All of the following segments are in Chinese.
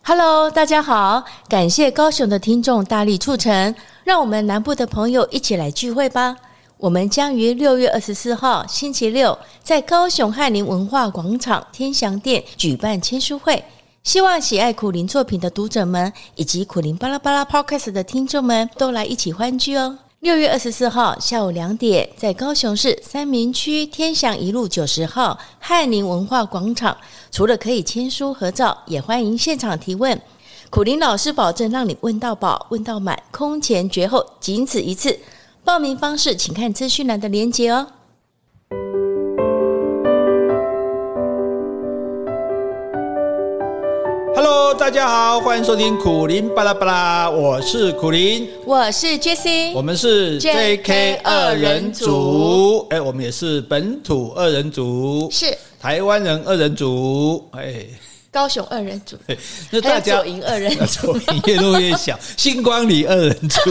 Hello， 大家好，感谢高雄的听众大力促成，让我们南部的朋友一起来聚会吧。我们将于6月24号星期六在高雄翰林文化广场天祥店举办签书会，希望喜爱苦苓作品的读者们以及苦苓巴拉巴拉 Podcast 的听众们都来一起欢聚哦。6月24号下午2点，在高雄市三民区天祥一路90号翰林文化广场，除了可以签书合照，也欢迎现场提问。苦苓老师保证让你问到饱，问到满，空前绝后，仅此一次。报名方式请看资讯栏的连结哦。 Hello， 大家好，欢迎收听苦苓巴拉巴拉，我是苦苓， 我是 Jessie， 我们是 JK 二人组，我们也是本土二人组， 是台湾人二人组， 高雄二人组， 那大家左营二人组， 左营越录越小，星光里二人组。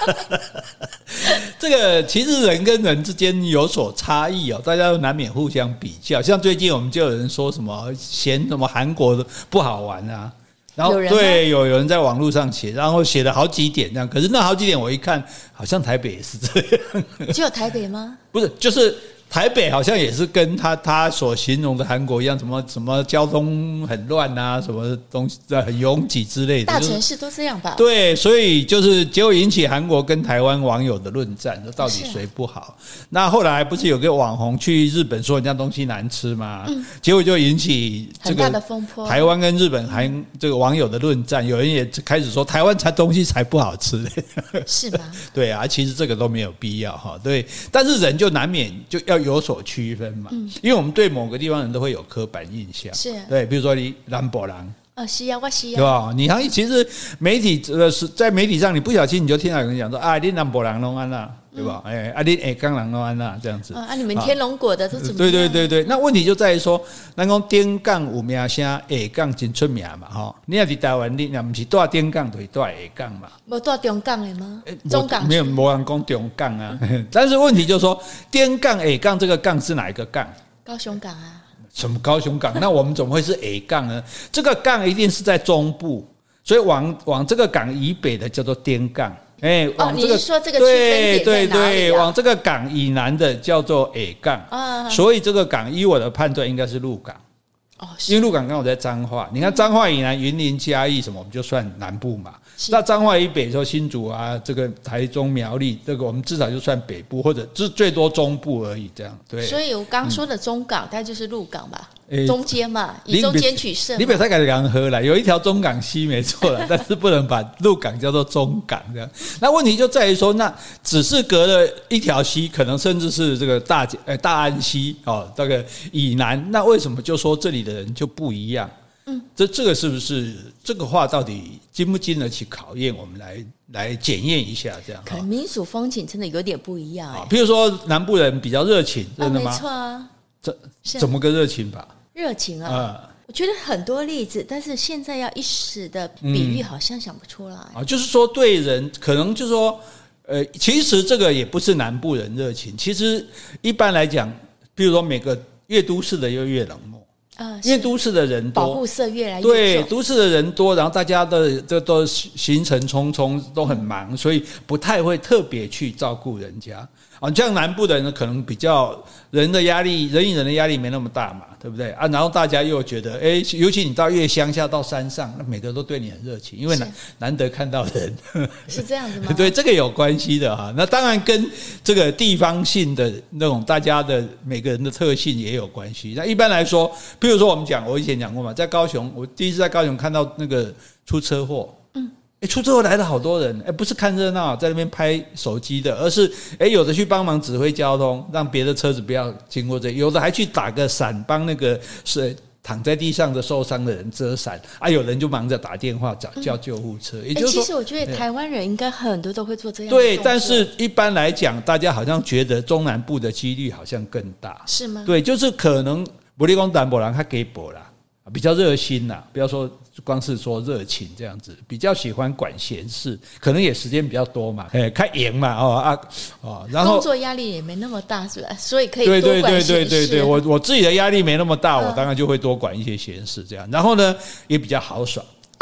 这个其实人跟人之间有所差异哦，大家都难免互相比较。像最近我们就有人说什么嫌什么韩国的不好玩啊，然后对有人在网络上写，然后写了好几点这样。可是那好几点我一看，好像台北也是这样。 只有台北吗？ 不是，就是台北好像也是跟他所形容的韩国一样，什么交通很乱啊，什么东西很拥挤之类的， 大城市都这样吧？ 对，所以就是结果引起韩国跟台湾网友的论战，说到底谁不好？那后来不是有个网红去日本说人家东西难吃吗？结果就引起这个很大的风波， 台湾跟日本还这个网友的论战，有人也开始说台湾东西才不好吃， 是吗？ 对啊，其实这个都没有必要哈。对，但是人就难免就要有所区分嘛，因为我们对某个地方人都会有刻板印象， 是对，比如说你南部人。 是啊，我是啊， 对吧？你其实媒体在媒体上，你不小心你就听到有人讲说啊，你南部人拢安啦，对吧？你下港人拢安啦，这样子你们天龙国的都怎么样？ 对，那问题就在于说，咱讲顶港有名声，下港真出名嘛，哈！你要在台湾，你若不是住顶港，就是住下港嘛。 没住中港的吗？中港没有，没人讲中港啊。但是问题就是说，顶港下港这个港是哪一个港？ 高雄港啊。 什么高雄港？那我们怎么会是 A 港呢？这个港一定是在中部，所以往这个港以北的叫做滇港。 你是说这个区分点在哪里啊？ 对，往这个港以南的叫做 A 港。所以这个港依我的判断应该是鹿港。因为鹿港刚好在彰化，你看彰化以南云林嘉义什么我们就算南部嘛，那彰化以北说新竹啊，这个台中苗栗，这个我们至少就算北部或者最多中部而已，这样对。 所以我刚说的中港大概就是鹿港吧，中间嘛，以中间取胜。 你别太敢两喝了，有一条中港溪没错了，但是不能把鹿港叫做中港这样。那问题就在于说，那只是隔了一条溪，可能甚至是这个大安溪这个以南，那为什么就说这里的人就不一样？这个是不是这个话到底经不经得起考验？我们来检验一下，这样。 可能民俗风情真的有点不一样比如说南部人比较热情，真的吗？ 没错啊。 怎么个热情法？ 热情啊！我觉得很多例子，但是现在要一时的比喻好像想不出来就是说对人可能就是说其实这个也不是南部人热情，其实一般来讲，比如说每个越都市的越冷漠。因为都市的人多， 保护色越来越重。 对，都市的人多，然后大家的这都行程匆匆，都很忙，所以不太会特别去照顾人家。像南部的人呢，可能比较人与人的压力没那么大嘛，对不对啊？然后大家又觉得，尤其你到越乡下到山上，那每个都对你很热情，因为难得看到人， 是这样子吗？ 对，这个有关系的哈。那当然跟这个地方性的那种大家的每个人的特性也有关系。那一般来说，譬如说我以前讲过嘛，在高雄，我第一次在高雄看到那个出车祸，出车祸来了好多人，不是看热闹在那边拍手机的，而是有的去帮忙指挥交通，让别的车子不要经过这里，有的还去打个伞，帮那个躺在地上的受伤的人遮伞有人就忙着打电话叫救护车。也就是说， 其实我觉得台湾人应该很多都会做这样的对，但是一般来讲，大家好像觉得中南部的几率好像更大， 是吗？ 对，就是可能不利讲南部人他给薄啦。比较热心啦，不要说光是说热情这样子，比较喜欢管闲事，可能也时间比较多嘛，开营嘛，然后工作压力也没那么大，是吧？所以可以多管闲事。 对，我自己的压力没那么大，我当然就会多管一些闲事这样。然后呢，也比较豪爽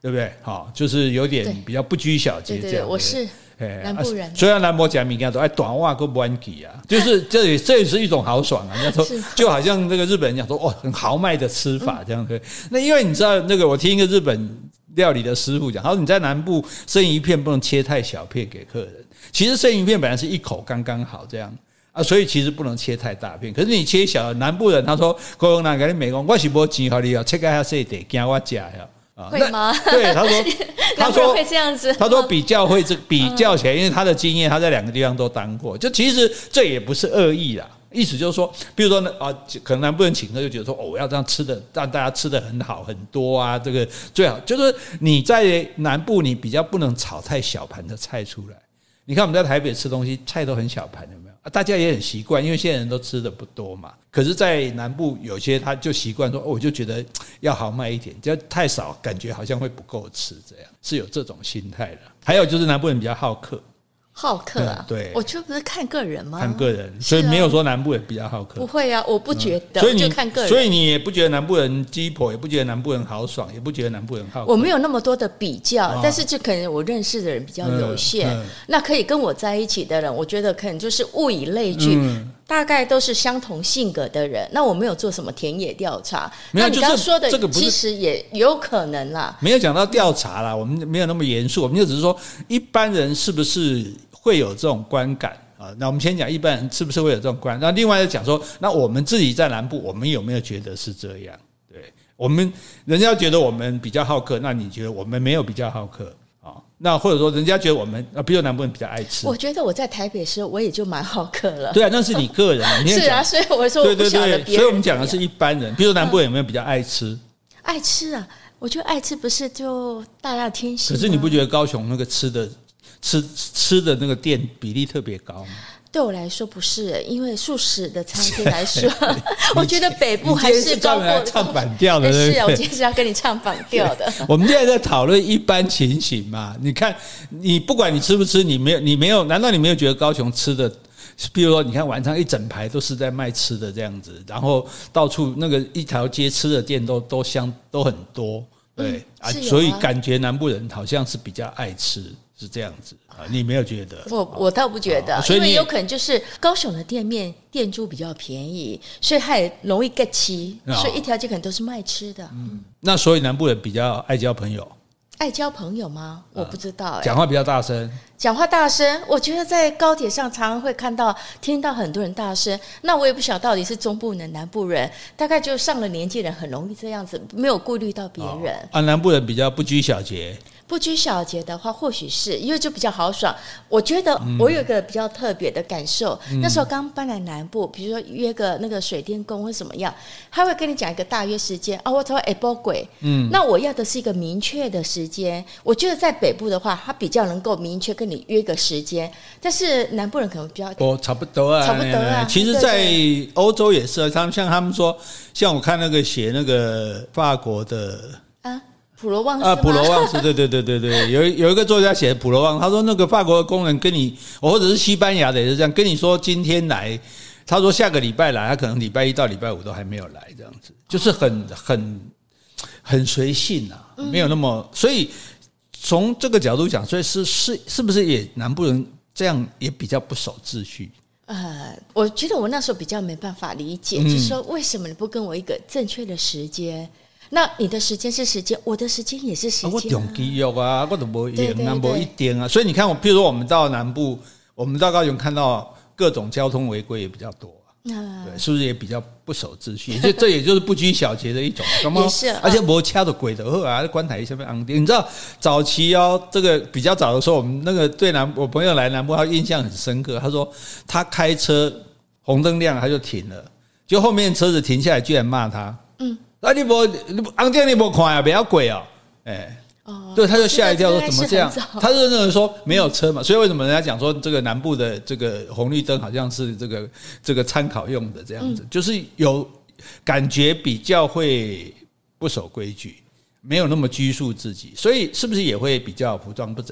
对不对？就是有点比较不拘小节这样。 对，我是南部人， 虽然南部讲物件都爱短袜跟弯记啊，就是这也是一种豪爽啊。人家说就好像那个日本人讲说很豪迈的吃法这样子。那因为你知道那个，我听一个日本料理的师傅讲，他说你在南部生鱼片不能切太小片给客人，其实生鱼片本来是一口刚刚好这样。所以其实不能切太大片，可是你切小，南部人他说高雄人跟你美讲，我是没钱给你切个较细点，惊我吃呀。 会吗？ 对，他说会这样子。 他说比较起来，因为他的经验，他在2个地方都当过，就其实这也不是恶意啦。意思就是说，比如说可能南部人请客就觉得说，我要这样吃的，让大家吃的很好很多啊，这个最好就是你在南部，你比较不能炒太小盘的菜出来。你看我们在台北吃东西，菜都很小盘，有没有？大家也很习惯，因为现在人都吃的不多嘛。可是，在南部有些他就习惯说，我就觉得要豪迈一点，只要太少，感觉好像会不够吃，这样是有这种心态的。还有就是南部人比较好客。 好客啊， 对， 我觉得不是看个人吗？ 看个人，所以没有说南部人比较好客。 不会啊，我不觉得， 所以就看个人。 所以你也不觉得南部人鸡婆，也不觉得南部人豪爽，也不觉得南部人好客。 我没有那么多的比较，但是就可能我认识的人比较有限。那可以跟我在一起的人，我觉得可能就是物以类聚。大概都是相同性格的人，那我没有做什么田野调查。那你刚刚说的，其实也有可能啦。 没有讲到调查啦，我们没有那么严肃，我们就只是说一般人是不是会有这种观感啊？那我们先讲一般人是不是会有这种观感，那另外再讲说，那我们自己在南部，我们有没有觉得是这样？对，我们人家觉得我们比较好客，那你觉得我们没有比较好客？那或者说人家觉得我们比如南部人比较爱吃， 我觉得我在台北时候我也就蛮好客了。 对啊，那是你个人。 是啊，所以我说我不晓得别人。 所以我们讲的是一般人，比如南部人有没有比较爱吃？ 爱吃啊，我觉得爱吃不是就大家的天性吗？ 可是你不觉得高雄那个吃的那个店比例特别高吗？ 对我来说不是，因为素食的餐厅来说，我觉得北部还是高过。 唱反调的， 是啊，我今天是要跟你唱反调的。 我们现在在讨论一般情形嘛，你看，你不管你吃不吃，你没有，难道你没有觉得高雄吃的？比如说，你看晚上一整排都是在卖吃的这样子，然后到处那个一条街吃的店都很多，对所以感觉南部人好像是比较爱吃。是这样子啊，你没有觉得？ 我倒不觉得，因为有可能就是高雄的店租比较便宜，所以它也容易 get 齐，所以一条街可能都是卖吃的。 那所以南部人比较爱交朋友。 爱交朋友吗？我不知道。 讲话比较大声。 讲话大声，我觉得在高铁上常常会听到很多人大声。那我也不晓得到底是中部人、南部人，大概就上了年纪人很容易这样子，没有顾虑到别人。 南部人比较不拘小节。 不拘小节的话，或许是因为就比较豪爽。我觉得我有一个比较特别的感受，那时候刚搬来南部，比如说约个那个水电工或什么样，他会跟你讲一个大约时间我说不鬼，那我要的是一个明确的时间。我觉得在北部的话，他比较能够明确跟你约个时间，但是南部人可能比较差不多啊。其实，在欧洲也是，像他们说，像我看那个写那个法国的普罗旺斯普罗旺斯，对，有一个作家写的普罗旺，他说那个法国的工人跟你，或者是西班牙的也是这样，跟你说今天来，他说下个礼拜来，他可能礼拜1到礼拜5都还没有来，这样子，就是很随性啊，没有那么，所以从这个角度讲，所以是不是也南部人这样也比较不守秩序？ 我觉得我那时候比较没办法理解，就是说为什么你不跟我一个正确的时间？那你的时间是时间，我的时间也是时间。 我重机约啊，我都没用，没一点啊。所以你看，譬如说我们到南部，我们到高雄看到各种交通违规也比较多。对，是不是也比较不守秩序？这也就是不拘小节的一种， 也是。 而且没掐的鬼的，观台下面昂颠。你知道早期这个比较早的时候，我们那个我朋友来南部，他印象很深刻。他说他开车红灯亮，他就停了，就后面车子停下来，居然骂他。你昂颠你没看啊，不要鬼哦，对，他就吓一跳，说怎么这样？他就认为说没有车嘛，所以为什么人家讲说这个南部的这个红绿灯好像是这个参考用的这样子，就是有感觉比较会不守规矩，没有那么拘束自己，所以是不是也会比较服装不整？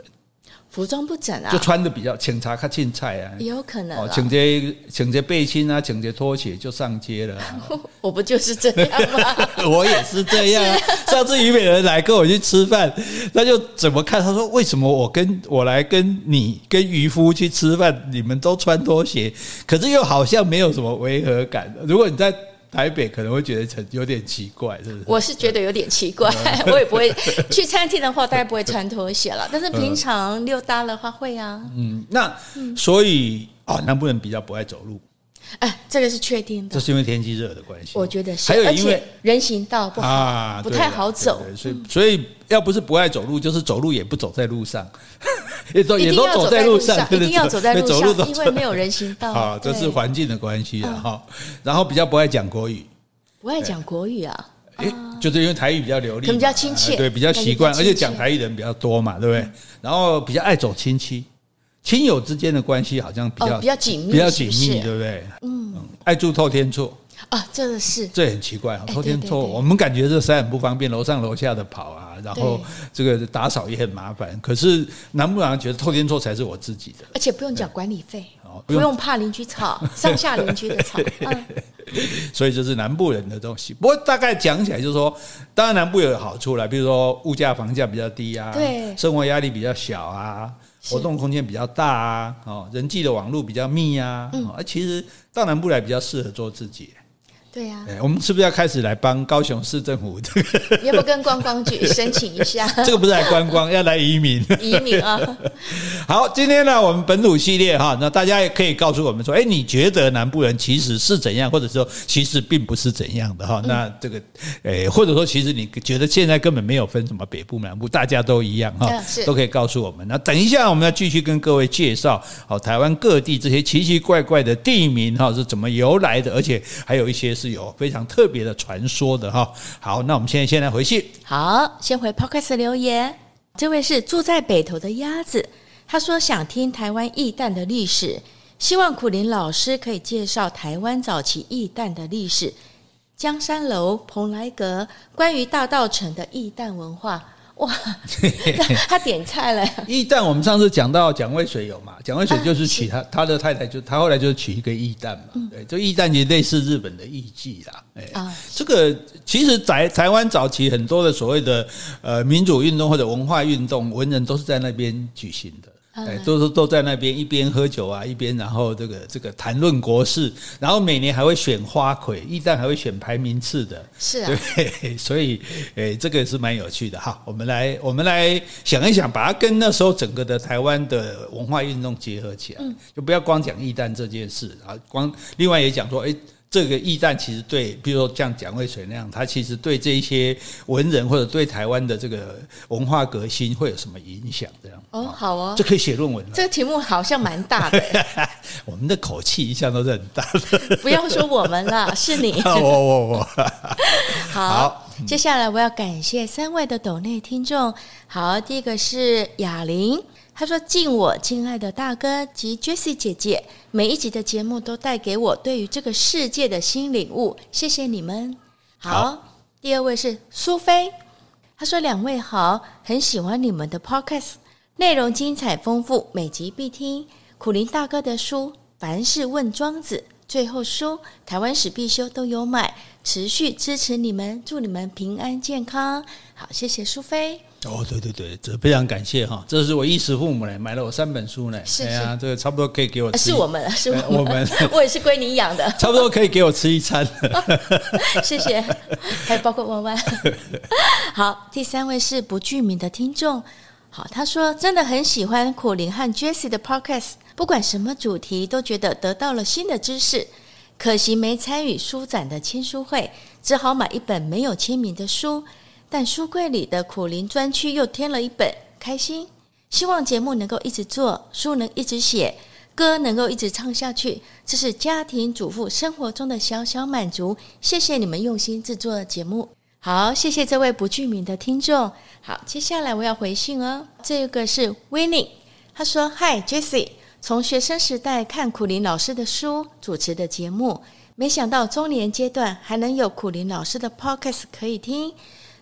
服装不整啊， 就穿的比较清茶较青菜啊， 也有可能啦。 穿着背心啊，穿着拖鞋就上街了、啊。 我不就是这样吗？ 我也是这样、啊。上次虞美人来跟我去吃饭，他就怎么看？他说：“为什么我来跟你跟渔夫去吃饭，你们都穿拖鞋，可是又好像没有什么违和感。如果你在台北可能会觉得有点奇怪，是不是？ 我是觉得有点奇怪，我也不会去餐厅的话，大概不会穿拖鞋了。但是平常溜达的话会啊。 所以南部人比较不爱走路。 这个是确定的， 这是因为天气热的关系， 我觉得是。 还有因为而且人行道不好，不太好走， 所以要不是不爱走路，就是走路也不走在路上，也都走在路上， 一定要走在路上，因为没有人行道。 这是环境的关系啊。然后比较不爱讲国语， 不爱讲国语啊。 就是因为台语比较流利， 可能比较亲切， 对，比较习惯，而且讲台语的人比较多嘛，对不对？然后比较爱走亲戚。亲友之间的关系好像比较紧密，对不对？爱住透天厝真的是， 这很奇怪。透天厝，我们感觉这实在很不方便，楼上楼下的跑啊，然后这个打扫也很麻烦。可是南部人觉得透天厝才是我自己的， 而且不用缴管理费，不用怕邻居吵，上下邻居的吵。 所以这是南部人的东西。不过大概讲起来就是说，当然南部有好处啦，比如说物价房价比较低啊， 对， 生活压力比较小啊，活动空间比较大啊，人际的网络比较密啊，其实到南部来比较适合做自己。 对呀， 我们是不是要开始来帮高雄市政府这个？ 要不要跟观光局申请一下？ 这个不是来观光，要来移民。 移民啊！ 好，今天呢，我们本土系列哈，那大家也可以告诉我们说，你觉得南部人其实是怎样，或者说其实并不是怎样的哈？那这个，或者说其实你觉得现在根本没有分什么北部南部，大家都一样哈，都可以告诉我们。那等一下我们要继续跟各位介绍台湾各地这些奇奇怪怪的地名哈是怎么由来的，而且还有一些是有非常特别的传说的哈。好，那我们现在先来回去。 好，先回 Podcast 留言。这位是住在北投的鸭子，他说想听台湾驿站的历史，希望苦苓老师可以介绍台湾早期驿站的历史，江山楼、蓬莱阁，关于大稻埕的驿站文化。哇，他点菜了。 驿站我们上次讲到蒋渭水有嘛，蒋渭水就是娶他的太太，他后来就娶一个驿站嘛。对，这驿站其实类似日本的驿记啦。这个其实台湾早期很多的所谓的民主运动或者文化运动，文人都是在那边举行的。都在那边一边喝酒啊，一边然后这个谈论国事，然后每年还会选花魁，驿站还会选排名次的， 是啊， 对，所以这个是蛮有趣的哈。我们来想一想，把它跟那时候整个的台湾的文化运动结合起来，就不要光讲驿站这件事啊，另外也讲说，这个驿站其实对，比如说像蒋渭水那样，他其实对这一些文人或者对台湾的这个文化革新会有什么影响？这样好哦， 这可以写论文了。 这个题目好像蛮大的。 我们的口气一向都是很大的。 不要说我们了，是你。 我。 好，接下来我要感谢3位的斗内听众。好，第一个是雅玲。他说敬我亲爱的大哥及 Jessie 姐姐，每一集的节目都带给我对于这个世界的新领悟，谢谢你们。好，第二位是苏菲，他说2位好，很喜欢你们的 podcast， 内容精彩丰富，每集必听。苦苓大哥的书凡事问庄子，最后书台湾史必修都有买，持续支持你们，祝你们平安健康。好，谢谢苏菲。 对，这非常感谢哈！这是我衣食父母买了我3本书呢， 是这个差不多可以给我吃。 是我们，我也是归你养的， 差不多可以给我吃一餐。 谢谢，还有包括弯弯。好，第3位是不具名的听众。好，他说真的很喜欢苦苓和 Jessie 的 podcast， 不管什么主题都觉得得到了新的知识。可惜没参与书展的签书会，只好买一本没有签名的书。但书柜里的苦苓专区又添了一本，开心。希望节目能够一直做，书能一直写，歌能够一直唱下去，这是家庭主妇生活中的小小满足。谢谢你们用心制作的节目。好，谢谢这位不具名的听众。好，接下来我要回信哦。这个是 Winnie， 他说 Hi Jessie， 从学生时代看苦苓老师的书，主持的节目，没想到中年阶段还能有苦苓老师的 podcast 可以听。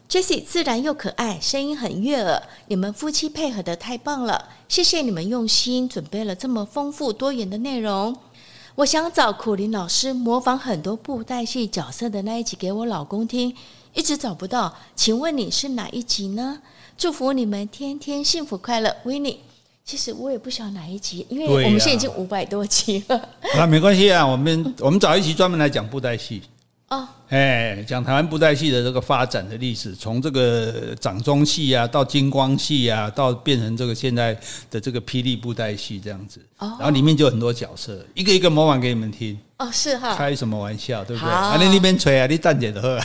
Jessie 自然又可爱，声音很悦耳，你们夫妻配合得太棒了，谢谢你们用心准备了这么丰富多元的内容。我想找苦苓老师模仿很多布袋戏角色的那一集给我老公听，一直找不到，请问你是哪一集呢？祝福你们天天幸福快乐 Winnie。 其实我也不晓得哪一集，因为我们现在已经500多集了。 没关系啊，我们找一集专门来讲布袋戏哦， 讲台湾布袋戏的这个发展的历史，从这个掌中戏啊，到金光戏啊，到变成这个现在的这个霹雳布袋戏这样子。然后里面就有很多角色，一个一个模仿给你们听。 哦，是哈， 开什么玩笑，对不对？啊，你那边吹啊，你站姐的喝。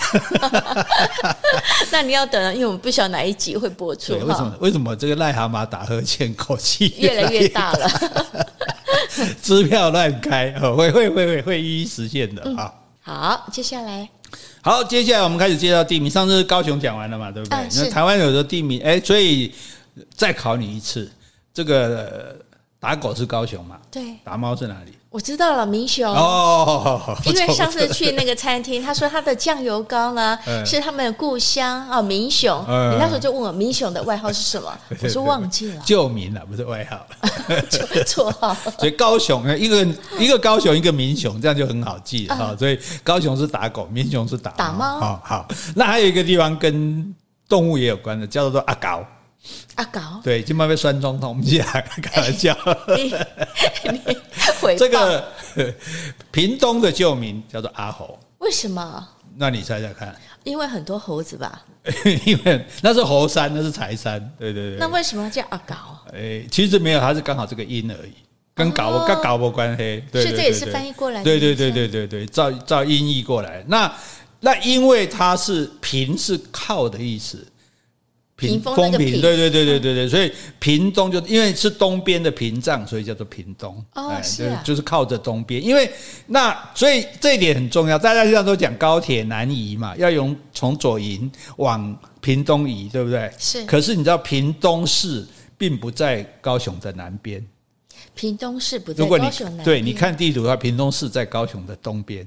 那你要等，因为我们不晓得哪一集会播出。 为什么这个癞蛤蟆打呵欠口气越来越大了？ 支票乱开，会一一实现的啊。 好，接下来。 好，接下来我们开始介绍地名。上次高雄讲完了嘛，对不对？那台湾有的地名，所以再考你一次，这个打狗是高雄嘛？ 对。 打猫是哪里？ 我知道了，民雄哦， 因为上次去那个餐厅，他说他的酱油膏呢是他们的故乡哦，民雄。你那时候就问我民雄的外号是什么，我说忘记了， 旧名了，不是外号， 绰号。 所以高雄一个高雄，一个民雄，这样就很好记了。所以高雄是打狗，民雄是打猫。好，那还有一个地方跟动物也有关的，叫做阿高。 阿高， 对，今晚被酸中痛，我们现在开玩笑。 你这个屏东的旧名叫做阿猴， 为什么？ 那你猜猜看？ 因为很多猴子吧？ 因为那是猴山，那是柴山，对。 那为什么叫阿高？ 其实没有，它是刚好这个音而已，跟搞没关系。 所以这也是翻译过来的。 对，照音译过来。那因为它是屏是靠的意思。 风平， 对，所以屏东就因为是东边的屏障，所以叫做屏东。 是啊， 就是靠着东边。因为所以这一点很重要，大家现在都讲高铁南移嘛，要从左营往屏东移，对不对？ 是。可是你知道屏东市并不在高雄的南边， 屏东市不在高雄南边。 对，你看地图的话，屏东市在高雄的东边。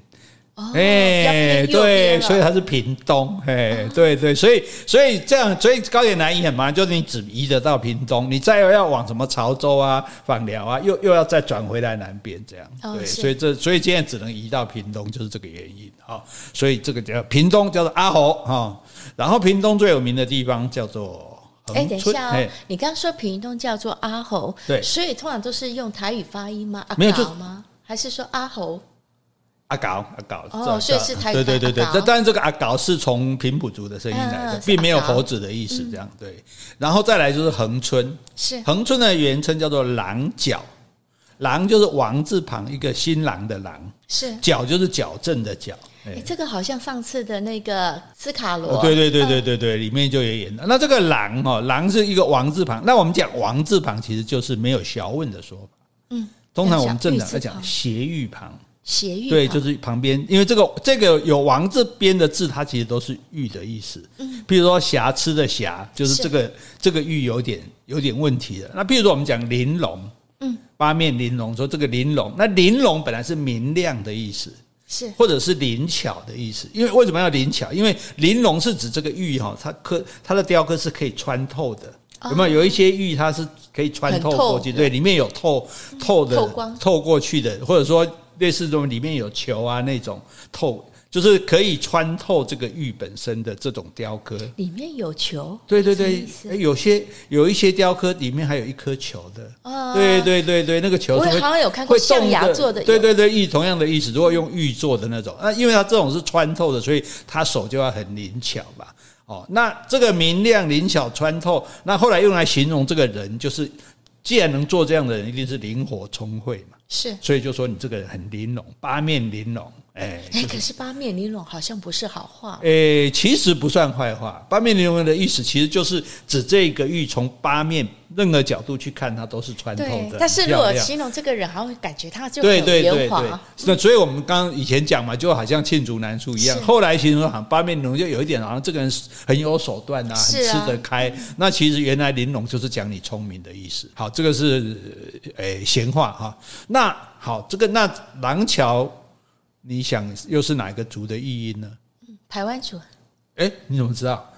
对， 所以它是屏东，对，所以这样，所以高铁南移很麻烦，就是你只移得到屏东，你再要往什么潮州啊、枋寮啊，又要再转回来南边这样，对，所以今天只能移到屏东，就是这个原因啊。所以这个叫屏东，叫做阿猴哈。然后屏东最有名的地方叫做恒春。 等一下哦，你刚刚说屏东叫做阿猴， 对， 所以通常都是用台语发音吗？ 没有吗？还是说阿猴？ 阿搞， 所以是台语。 对，但是这个阿搞是从平埔族的声音来的，并没有猴子的意思，这样对。然后再来就是恒春， 是恒春的原称叫做郎角，郎就是王字旁一个新郎的郎， 是矫就是矫正的矫。 这个好像上次的那个斯卡罗， 对，里面就有演的。那这个郎郎是一个王字旁，那我们讲王字旁其实就是没有学问的说法。通常我们正常来讲斜玉旁。对，就是旁边，因为这个有王字边的字，它其实都是玉的意思。譬如说瑕疵的瑕，就是这个玉有点问题的。那譬如说我们讲玲珑，八面玲珑，说这个玲珑，那玲珑本来是明亮的意思， 是或者是灵巧的意思。因为为什么要灵巧？因为玲珑是指这个玉它的雕刻是可以穿透的。有没有一些玉它是可以穿透过去？对，里面有透光透过去的，或者说类似这种里面有球啊那种透，就是可以穿透这个玉本身的这种雕刻。里面有球？ 对，有一些雕刻里面还有一颗球的。对，那个球是我好像有看过象牙做的。 对，同样的意思。如果用玉做的那种，因为它这种是穿透的，所以它手就要很灵巧吧。那这个明亮、灵巧、穿透，那后来用来形容这个人，就是既然能做这样的人，一定是灵活聪慧嘛。 是， 所以就说你这个人很玲珑，八面玲珑。 可是八面玲珑好像不是好话。 其实不算坏话。八面玲珑的意思其实就是指这个玉从八面任何角度去看，它都是穿透的。 但是如果形容这个人，好像感觉他就很圆滑。 那所以我们刚刚以前讲嘛，就好像罄竹难书一样。后来形容好像八面玲珑，就有一点好像这个人很有手段啊，很吃得开。那其实原来玲珑就是讲你聪明的意思。好，这个是闲话哈。那好，这个那廊桥。你想又是哪个族的译音呢？ 台湾族。 你怎么知道？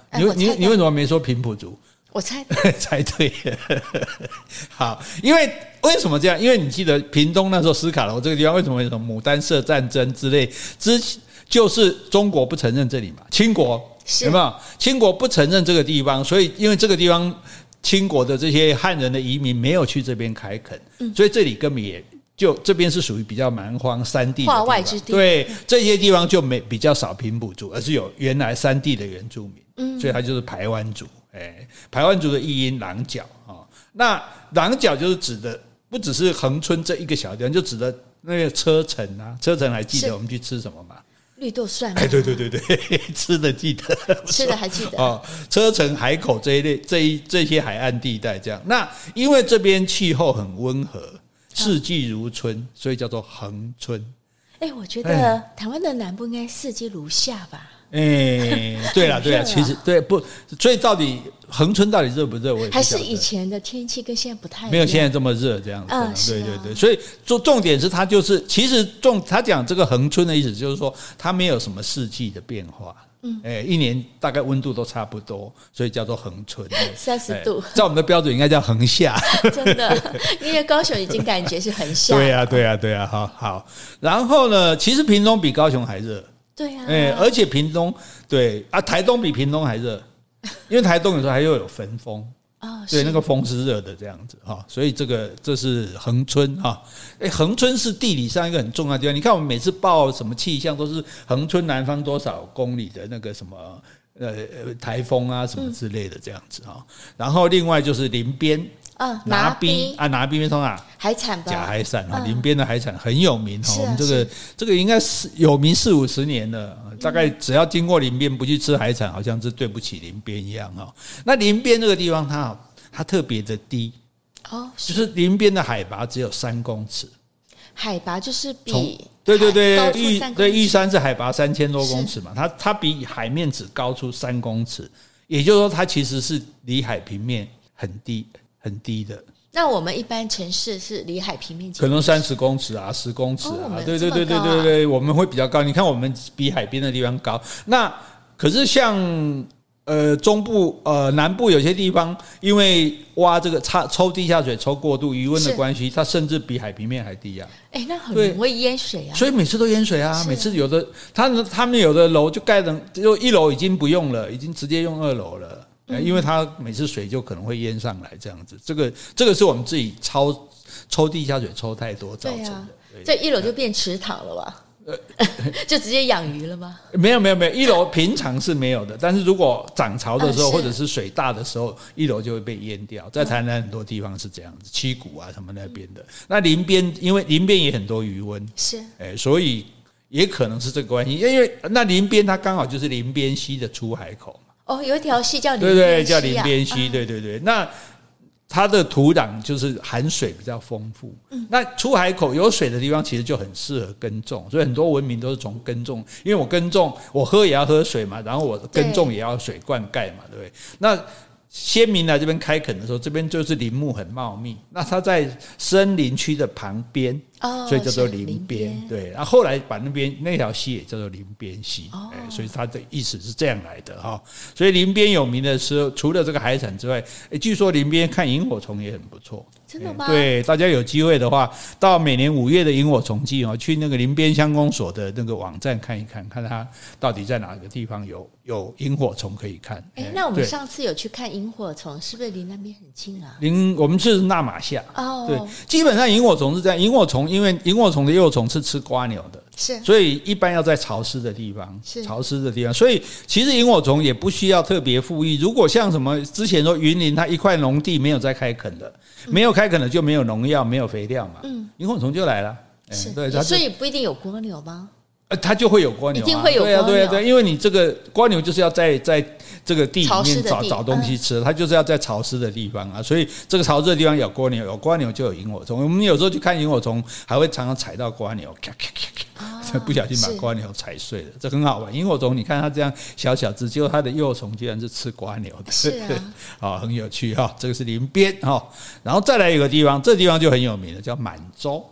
你为什么没说平埔族？ 我猜猜对了。好，为什么这样？因为你记得屏东那时候斯卡罗这个地方为什么有什么牡丹社战争之类，就是中国不承认这里嘛，清国有没有？清国不承认这个地方，所以因为这个地方清国的这些汉人的移民没有去这边开垦，所以这里根本也就这边是属于比较蛮荒山地的地方， 化外之地。 对，这些地方就比较少平埔族，而是有原来山地的原住民，所以它就是排湾族。排湾族的译音狼角啊，那狼角就是指的不只是恒春这一个小地方，就指的那个车城啊，车城还记得我们去吃什么吗？ 绿豆蒜。 对，吃的记得， 吃的还记得哦。车城、海口这一类这些海岸地带这样，那因为这边气候很温和，四季如春，所以叫做恒春。 我觉得台湾的南部应该四季如夏吧。 对啦，其实对不，所以到底恒春到底热不热？我也不还是以前的天气跟现在不太一样， 没有现在这么热这样子。对，所以重点是它就是其实他讲这个恒春的意思就是说它没有什么四季的变化。一年大概温度都差不多，所以叫做恒春 ，30度， 在我们的标准应该叫恒夏。 真的，因为高雄已经感觉是恒夏。 对啊，好。然后呢，其实屏东比高雄还热。 对啊， 而且屏东台东比屏东还热，因为台东有时候还有分风。对，那个风是热的这样子哈，所以这是恒春哈。恒春是地理上一个很重要的地方。你看我们每次报什么气象都是恒春南方多少公里的那个什么台风啊什么之类的这样子哈。然后另外就是林边拿冰拿冰从哪？ 海产吧， 假海产林边的海产很有名我们这个应该是有名40-50年了，大概只要经过林边不去吃海产，好像是对不起林边一样那林边这个地方它特别的低就是林边的海拔只有3公尺， 海拔就是比对玉山是海拔3000多公尺嘛，它比海面只高出3公尺，也就是说它其实是离海平面很低的。 那我们一般城市是离海平面可能30公尺啊10公尺对，我们会比较高。你看我们比海边的地方高，那可是像中部南部有些地方，因为挖这个抽地下水抽过度余温的关系，它甚至比海平面还低啊。 那很容易淹水啊。 所以每次都淹水啊，每次有的他们有的楼就盖成就1楼已经不用了，已经直接用2楼了。因为它每次水就可能会淹上来这样子，这个是我们自己抽地下水抽太多造成的。 这1楼就变池塘了吧？就直接养鱼了吗？ 没有，1楼平常是没有的，但是如果涨潮的时候或者是水大的时候，1楼就会被淹掉。在台南很多地方是这样子，七股啊什么那边的。那林边因为林边也很多余温，所以也可能是这个关系。因为那林边它刚好就是林边溪的出海口。 有一条溪叫林边溪对，叫林边溪，对。那它的土壤就是含水比较丰富。那出海口有水的地方，其实就很适合耕种，所以很多文明都是从耕种。因为我耕种，我喝也要喝水嘛，然后我耕种也要水灌溉嘛，对不对？那先民来这边开垦的时候，这边就是林木很茂密，那它在森林区的旁边，所以叫做林边。对，然后后来把那条溪也叫做林边溪，所以它的意思是这样来的哈。所以林边有名的时候，除了这个海产之外，据说林边看萤火虫也很不错。 真的吗？ 对，大家有机会的话，到每年5月的萤火虫季去那个林边乡公所的那个网站看一看，看它到底在哪个地方有萤火虫可以看。 那我们上次有去看萤火虫，是不是离那边很近啊？ 我们是纳马夏。对，基本上萤火虫是这样，萤火虫因为萤火虫的幼虫是吃蝸牛的，所以一般要在潮湿的地方，所以其实萤火虫也不需要特别富裕。如果像什么之前说云林，它一块农地没有在开垦的，没有开垦的就没有农药没有肥料嘛，萤火虫就来了。 对，所以不一定有蜗牛吗？ 它就会有蜗牛， 一定会有蜗牛。 对，因为你这个蜗牛就是要在这个地里面找东西吃，它就是要在潮湿的地方啊，所以这个潮湿的地方有蜗牛，有蜗牛就有萤火虫。我们有时候去看萤火虫，还会常常踩到蜗牛，咔咔咔咔，不小心把蜗牛踩碎了，这很好玩。萤火虫你看它这样小小只，结果它的幼虫居然是吃蜗牛的， 是啊，很有趣哈。这个是林边哈，然后再来有个地方，这地方就很有名了，叫满洲。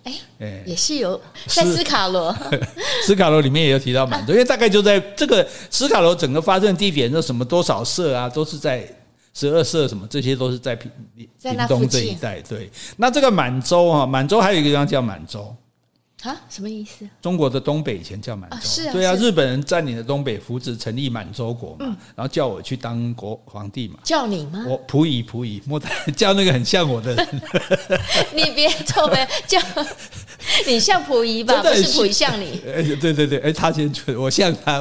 也是有在斯卡罗， 斯卡罗里面也有提到满洲，因为大概就在这个斯卡罗整个发生地点，那什么多少社啊，都是在12社什么，这些都是在屏东这一带。对，那这个满洲啊，满洲还有一个地方叫满洲。 啊，什么意思？ 中国的东北以前叫满洲， 是啊， 对啊，日本人占领了东北，扶植成立满洲国嘛，然后叫我去当皇帝嘛， 叫你吗？ 我溥仪，莫叫那个很像我的人， 你别皱眉，叫你像溥仪吧，不是溥仪像你。 对，他先出，我像他，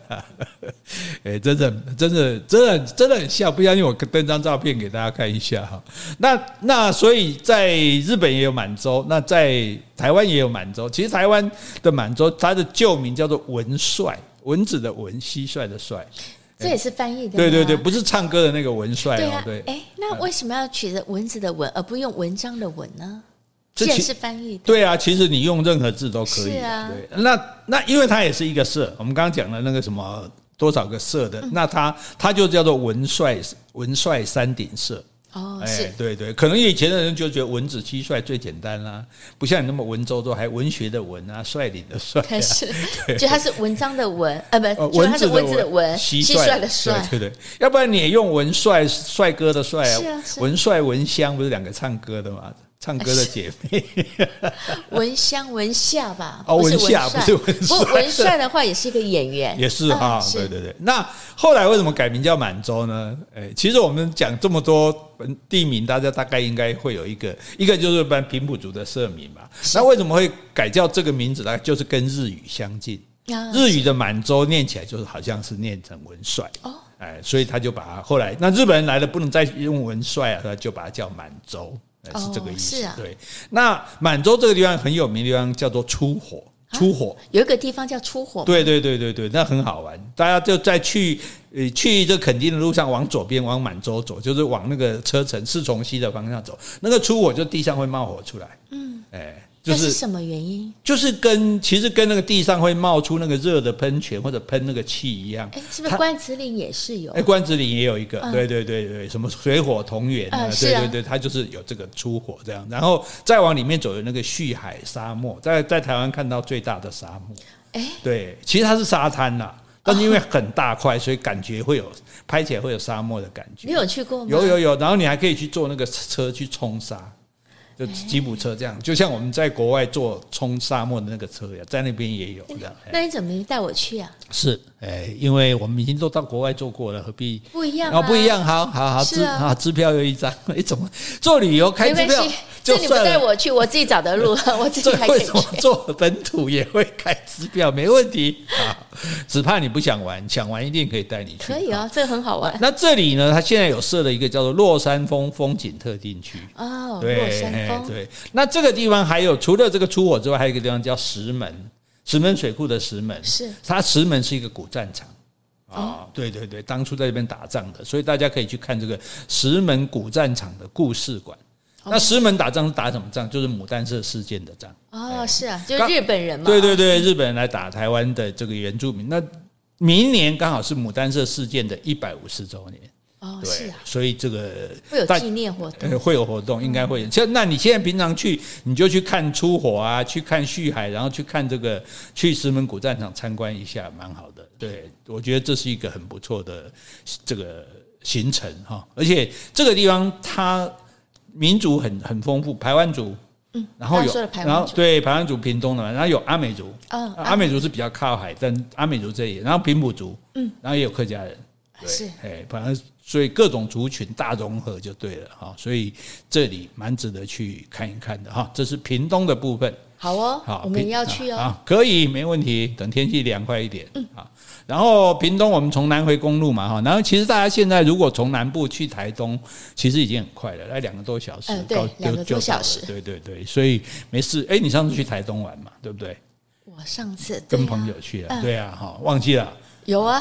真的很像，不相信我登张照片给大家看一下哈。那所以在日本也有满洲，那在台湾也有满洲。其实台湾的满洲，它的旧名叫做文帅，蚊子的蚊，蟋蟀的蟀。 这也是翻译的吗？ 对，不是唱歌的那个文帅哦。对， 那为什么要取着蚊子的蚊，而不用文章的文呢？既然是翻译的， 对啊，其实你用任何字都可以。 是啊， 对，那因为它也是一个社，我们刚刚讲的那个什么多少个社的，那它就叫做文帅山顶社。是，对，可能以前的人就觉得文子蟋蟀最简单啦，不像你那么文绉绉，还文学的文啊，率领的率啊， 是，就它是文章的文，不，它是蚊子的蚊，蟋蟀的蟀， 对，要不然你也用文帅帅哥的帅啊， 文帅文香不是两个唱歌的吗？唱歌的姐妹， 文香文夏吧？ 文夏不是文帅。 不过文帅的话也是一个演员， 也是哈。对。那后来为什么改名叫满洲呢？其实我们讲这么多地名，大家大概应该会有一个就是平埔族的社名嘛。那为什么会改叫这个名字呢？就是跟日语相近，日语的满洲念起来就是好像是念成文帅所以他就把它后来那日本人来了不能再用文帅啊，他就把它叫满洲。是这个意思，对。那满洲这个地方很有名的地方叫做出火， 有一个地方叫出火， 对，那很好玩。大家就在去这垦丁的路上，往左边往满洲走，就是往那个车城四重溪的方向走，那个出火就地上会冒火出来， 就是什么原因？ 就是其实跟那个地上会冒出那个热的喷泉或者喷那个气一样。 是不是关子岭也是有？ 关子岭也有一个，对，什么水火同源啊，对，它就是有这个出火这样。然后再往里面走有那个旭海沙漠，在台湾看到最大的沙漠。对，其实它是沙滩啦，但是因为很大块，所以感觉拍起来会有沙漠的感觉。 你有去过吗？ 有，然后你还可以去坐那个车去冲沙。就吉普车这样，就像我们在国外坐冲沙漠的那个车呀，在那边也有这样。 那你怎么没带我去啊？ 是，因为我们已经都到国外做过了，何必不一样？ 不一样，好，支票有一张。怎么做旅游开支票？ 这你不带我去，我自己找的路，我自己还可以去。 为什么做本土也会开支票？没问题啊，只怕你不想玩，想玩一定可以带你去。 可以啊，这个很好玩。 那这里呢，它现在有设了一个叫做落山风风景特定区。 对，落山风。 对，那这个地方还有除了这个出火之外，还有一个地方叫石门水库的石门， 是它石门是一个古战场。对，当初在这边打仗的，所以大家可以去看这个石门古战场的故事馆。那石门打仗是打什么仗？就是牡丹社事件的仗。 是啊，就是日本人嘛。 对，日本人来打台湾的这个原住民。那明年刚好是牡丹社事件的150周年。 是啊， 所以这个会有纪念活动， 会有活动，应该会。那你现在平常去，你就去看出火啊，去看旭海，然后去看去石门古战场参观一下，蛮好的。对，我觉得这是一个很不错的这个行程哈，而且这个地方它民族很丰富，排湾族。然后对排湾族屏东的嘛，然后有阿美族，阿美族是比较靠海，但阿美族这里，然后平埔族，然后也有客家人， 是， 反正所以各种族群大融合就对了哈，所以这里蛮值得去看一看的哈。这是屏东的部分。 好哦，我们也要去哦。 可以，没问题。等天气凉快一点。然后屏东我们从南回公路嘛哈，然后其实大家现在如果从南部去台东，其实已经很快了，来2个多小时。 对，2个多小时。 对，所以没事。你上次去台东玩嘛，对不对？ 我上次跟朋友去了，对啊，忘记了。 有啊，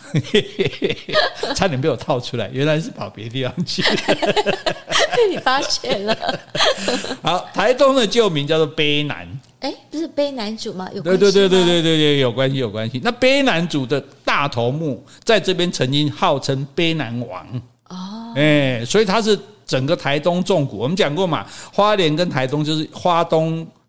差点被我套出来，原来是跑别的地方去， 被你发现了。 好，台东的旧名叫做卑南， 不是卑南族吗？有关系吗？ 对，有关系。那卑南族的大头目在这边曾经号称卑南王所以他是整个台东纵谷，我们讲过嘛，花莲跟台东就是花东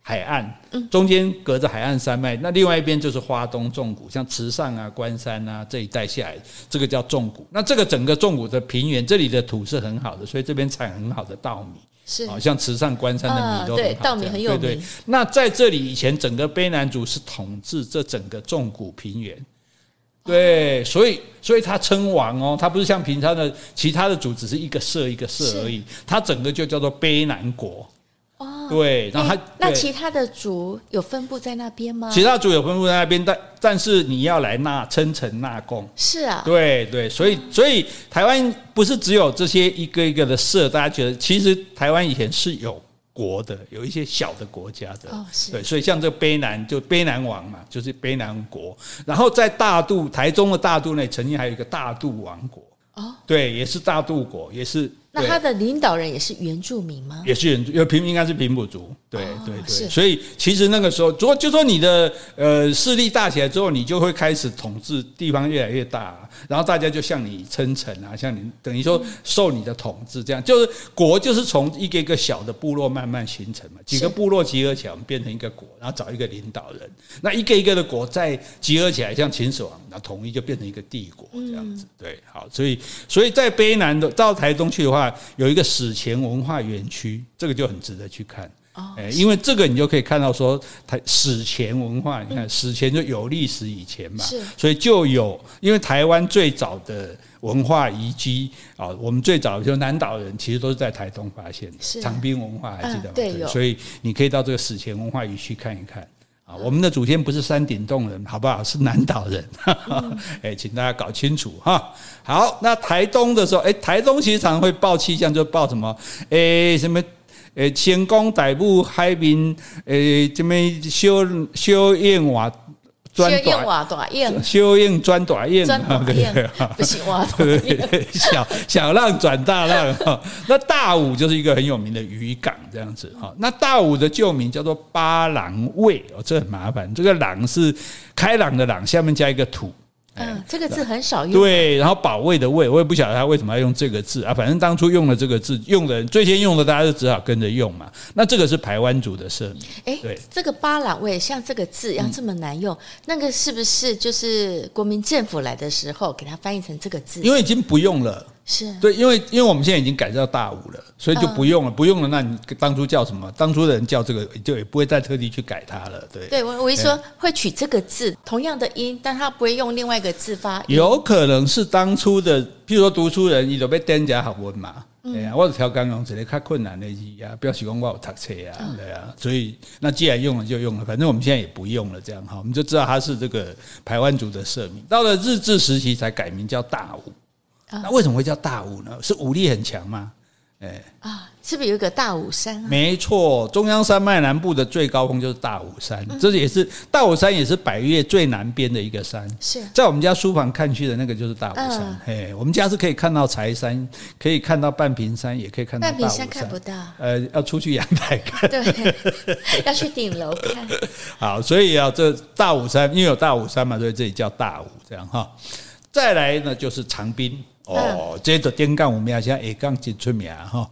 海岸，中间隔着海岸山脉，那另外一边就是花东纵谷，像池上啊、关山啊这一带下来，这个叫纵谷。那这个整个纵谷的平原，这里的土是很好的，所以这边产很好的稻米。 是像池上关山的米都很好， 对，稻米很有名。 对，那在这里以前整个卑南族是统治这整个纵谷平原，对，所以他称王哦，他不是像平常的其他的族只是一个社一个社而已，他整个就叫做卑南国。对，然后那其他的族有分布在那边吗？ 其他族有分布在那边，但是你要来称臣纳贡。 是啊， 对，所以台湾不是只有这些一个一个的社，大家觉得其实台湾以前是有国的，有一些小的国家的。对，所以像这个卑南就卑南王嘛，就是卑南国。然后在大肚台中的大肚内，曾经还有一个大肚王国。对，也是大肚国，也是。 那他的领导人也是原住民吗？ 也是应该是平埔族。对，所以其实那个时候，就说你的势力大起来之后，你就会开始统治，地方越来越大，然后大家就向你称臣啊，向你等于说受你的统治，这样就是国就是从一个一个小的部落慢慢形成嘛，几个部落集合起来，我们变成一个国，然后找一个领导人，那一个一个的国再集合起来，像秦始皇，然后统一就变成一个帝国这样子。对，好，所以在卑南的到台东去的话，有一个史前文化园区，这个就很值得去看。因为这个你就可以看到说史前文化，你看史前就有历史以前嘛，所以就有，因为台湾最早的文化遗迹啊，我们最早就南岛人其实都是在台东发现的，长滨文化还记得吗？对，所以你可以到这个史前文化园区看一看。我们的祖先不是山顶洞人，好不好？是南岛人。请大家搞清楚哈。好，那台东的时候，台东其实常会报气象，就报什么，什么。成功逮捕海面，这边小燕娃钻大雁，小燕钻大雁， 不行哇，对， 小浪转大浪。那大武就是一个很有名的渔港，这样子哈。那大武的旧名叫做巴郎卫，这很麻烦，这个朗是开朗的朗，下面加一个土。 这个字很少用。 对，然后保卫的卫，我也不晓得他为什么要用这个字啊。反正当初用了这个字，用的人最先用的，大家就只好跟着用嘛。那这个是排湾族的社名。 对，这个巴朗卫像这个字要这么难用，那个是不是就是国民政府来的时候给它翻译成这个字？ 因为已经不用了。 是对，因为我们现在已经改叫大武了，所以就不用了，不用了。那你当初叫什么？当初的人叫这个，就也不会再特地去改它了。 对，我一说会取这个字，同样的音，但他不会用另外一个字发音。 有可能是当初的，譬如说读书人，他就被点加学文嘛。我就挑刚用一个较困难的字啊，表示讲我有读册啊，对啊。所以那既然用了就用了，反正我们现在也不用了，这样哈，我们就知道它是这个排湾族的社名。到了日治时期才改名叫大武。那为什么会叫大武呢？是武力很强吗？ 是不是有一个大武山啊？ 没错，中央山脉南部的最高峰就是大武山，这也是大武山，也是百岳最南边的一个山。 是在我们家书房看去的那个就是大武山。我们家是可以看到柴山，可以看到半屏山，也可以看到大武山。半屏山看不到， 要出去阳台看。 对，要去顶楼看。 好，所以这大武山，因为有大武山嘛，所以这里叫大武，这样哈。再来呢，就是长滨。这个点港有名，现在下港真出名哈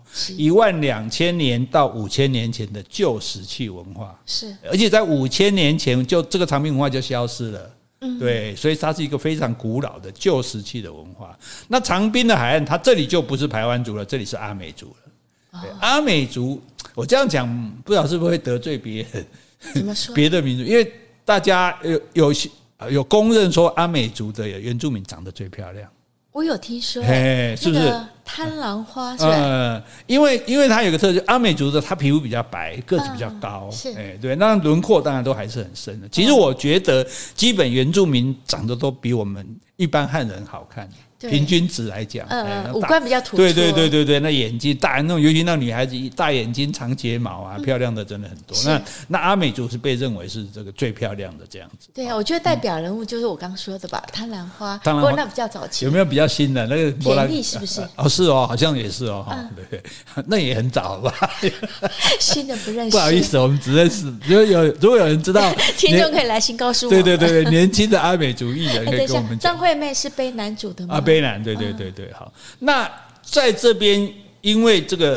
，12000年到5000年前的旧石器文化是， 而且在5000年前就这个长滨文化就消失了。对，所以它是一个非常古老的旧石器的文化。那长滨的海岸，它这里就不是排湾族了，这里是阿美族了。阿美族，我这样讲不知道是不是会得罪别人？ 怎么说？ 别的民族，因为大家有公认说阿美族的原住民长得最漂亮。 我有听说， 是不是贪狼花？是吧？ 因为它有个特质，阿美族的它皮肤比较白，个子比较高，对，那轮廓当然都还是很深的。其实我觉得，基本原住民长得都比我们一般汉人好看。平均值来讲， 五官比较突出。 对，那眼睛大，那种尤其那女孩子大眼睛、长睫毛啊，漂亮的真的很多。那阿美族是被认为是这个最漂亮的这样子。 对啊，我觉得代表人物就是我刚说的吧，贪婪花。不过那比较早期。 有没有比较新的那个？ 田丽是不是？ 是哦，好像也是哦。对，那也很早吧。 新的不认识。 不好意思，我们只认识。如果有人知道， 听众可以来信告诉我。 对，年轻的阿美族艺人可以跟我们讲。 张惠妹是卑南族的吗？ 卑南，对，好。那在这边，因为这个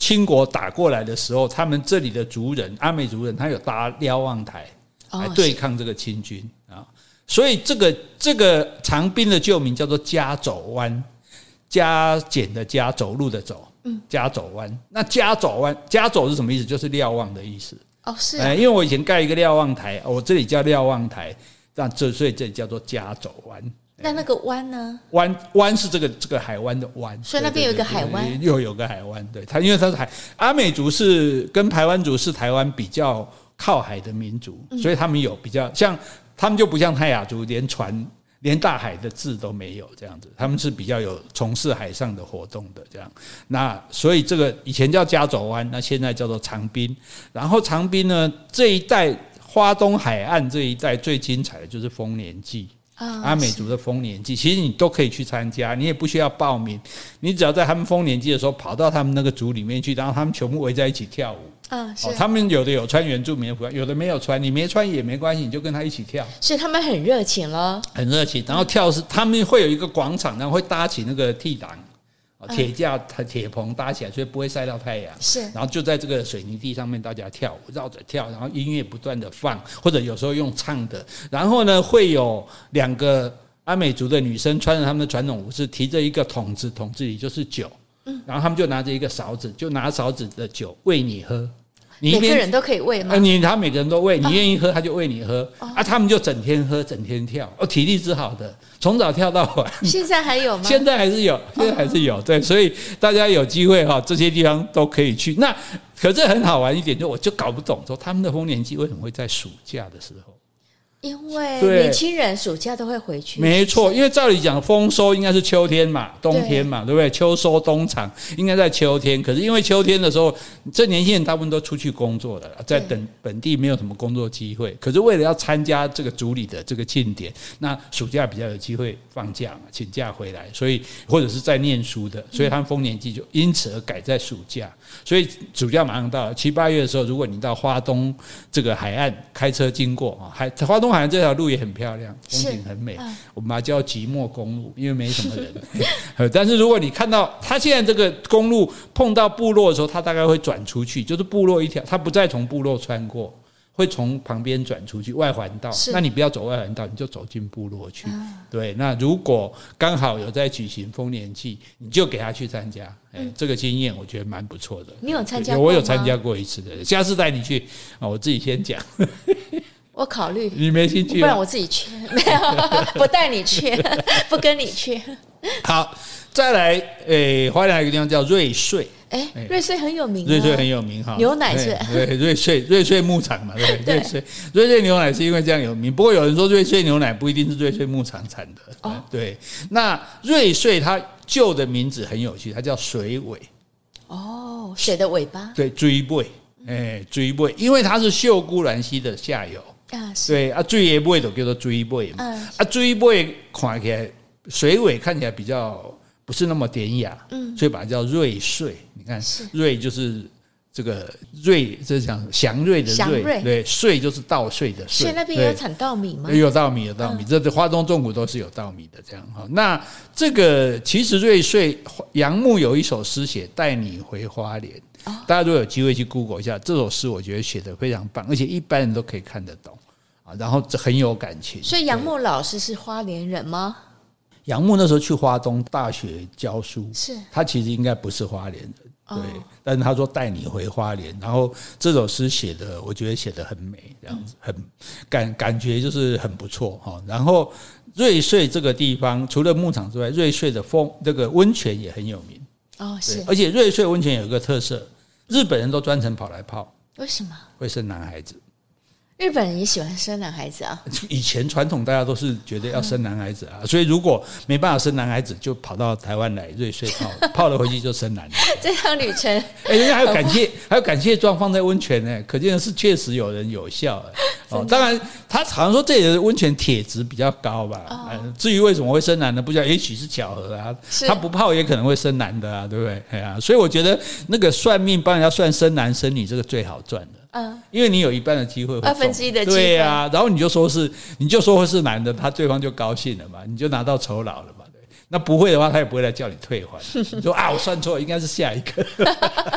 清国打过来的时候，他们这里的族人，阿美族人，他有搭瞭望台来对抗这个清军啊。所以这个长滨的旧名叫做加走湾，加减的加，走路的走，加走湾。那加走湾，加走是什么意思？就是瞭望的意思。 是因为我以前盖一个瞭望台，我这里叫瞭望台，所以这里叫做加走湾。 那个湾呢？ 湾是这个海湾的湾， 所以那边有一个海湾， 又有个海湾。对，因为它是阿美族是跟排湾族是台湾比较靠海的民族，所以他们有比较像，他们就不像泰雅族，连大海的字都没有这样子，他们是比较有从事海上的活动的这样。那所以这个以前叫加走湾，那现在叫做长滨。然后长滨呢这一带花东海岸这一带最精彩的就是丰年祭。阿美族的丰年祭，其实你都可以去参加，你也不需要报名，你只要在他们丰年祭的时候跑到他们那个族里面去，然后他们全部围在一起跳舞。他们有的有穿原住民的服装，有的没有穿，你没穿也没关系，你就跟他一起跳。 所以他们很热情咯， 很热情。然后跳是他们会有一个广场，然后会搭起那个替档。铁架、铁棚搭起来，所以不会晒到太阳。 是， 然后就在这个水泥地上面，大家跳舞，绕着跳，然后音乐不断的放，或者有时候用唱的。然后呢，会有2个阿美族的女生穿着他们的传统服饰，提着一个桶子，桶子里就是酒。然后他们就拿着一个勺子，就拿勺子的酒喂你喝。 每个人都可以喂吗？ 他每个人都喂，你愿意喝他就喂你喝。他们就整天喝，整天跳，体力是好的，从早跳到晚。 现在还有吗？ 现在还是有，对，所以大家有机会这些地方都可以去。那可是很好玩一点，我就搞不懂说他们的丰年祭为什么会在暑假的时候。 因为年轻人暑假都会回去， 没错。因为照理讲，丰收应该是秋天嘛，冬天嘛， 对不对？秋收冬藏应该在秋天，可是因为秋天的时候，这年轻人大部分都出去工作了，在本地没有什么工作机会。可是为了要参加这个族里的这个庆典，那暑假比较有机会放假嘛，请假回来，所以或者是在念书的，所以他们丰年祭就因此而改在暑假。所以暑假马上到了，7、8月的时候，如果你到花东这个海岸开车经过花东海岸这条路也很漂亮，风景很美，我们把它叫寂寞公路，因为没什么人。但是如果你看到它现在这个公路碰到部落的时候，它大概会转出去，就是部落一条，它不再从部落穿过，会从旁边转出去外环道。那你不要走外环道，你就走进部落去。对，那如果刚好有在举行丰年祭，你就给他去参加。这个经验我觉得蛮不错的。 你有参加过吗？ 我有参加过一次的，下次带你去我自己先讲。 我考虑， 你没兴趣， 不然我自己去。没有，不带你去，不跟你去。 好，再来，花莲有一个地方叫瑞穗。 瑞穗很有名， 瑞穗很有名哈， 牛奶是对瑞穗牧场嘛，对，瑞穗牛奶是因为这样有名。不过有人说瑞穗牛奶不一定是瑞穗牧场产的，对。那瑞穗它旧的名字很有趣，它叫水尾。 水的尾巴， 对，水尾，水尾，因为它是秀姑峦溪的下游。对水的尾就叫做水尾嘛。水尾看起来，水尾看起来比较不是那么典雅，所以把它叫瑞穗。你看，瑞就是这个瑞，这是讲祥瑞的瑞，对，穗就是稻穗的穗。 所以那边有产稻米吗？ 有稻米，这花东纵谷都是有稻米的这样。那这个其实瑞穗杨牧有一首诗写带你回花莲。大家如果有机会去 Google 一下这首诗，我觉得写得非常棒，而且一般人都可以看得懂然后很有感情。 所以杨牧老师是花莲人吗？ 杨牧那时候去花东大学教书， 是他其实应该不是花莲人，对，但是他说带你回花莲，然后这首诗写的，我觉得写得很美，这样子很感觉就是很不错然后瑞穗这个地方除了牧场之外，瑞穗的这个温泉也很有名。 是， 而且瑞穗温泉有一个特色，日本人都专程跑来泡。 为什么？ 会生男孩子。 日本人也喜欢生男孩子啊。 以前传统大家都是觉得要生男孩子所以如果没办法生男孩子，就跑到台湾来瑞穗泡了回去就生男孩。 这趟旅程， 人家还有感谢状放在温泉呢，可见是确实有人有效当然，他好像说这里的温泉铁质比较高吧。至于为什么会生男的，不知道，也许是巧合他不泡也可能会生男的对不对？所以我觉得那个算命帮人家算生男生女，这个最好赚的。因为你有一半的机会会中 1/2的机会， 对然后你就说会是男的，对方就高兴了嘛，你就拿到酬劳了嘛。那不会的话，他也不会来叫你退还。你说我算错，应该是下一个。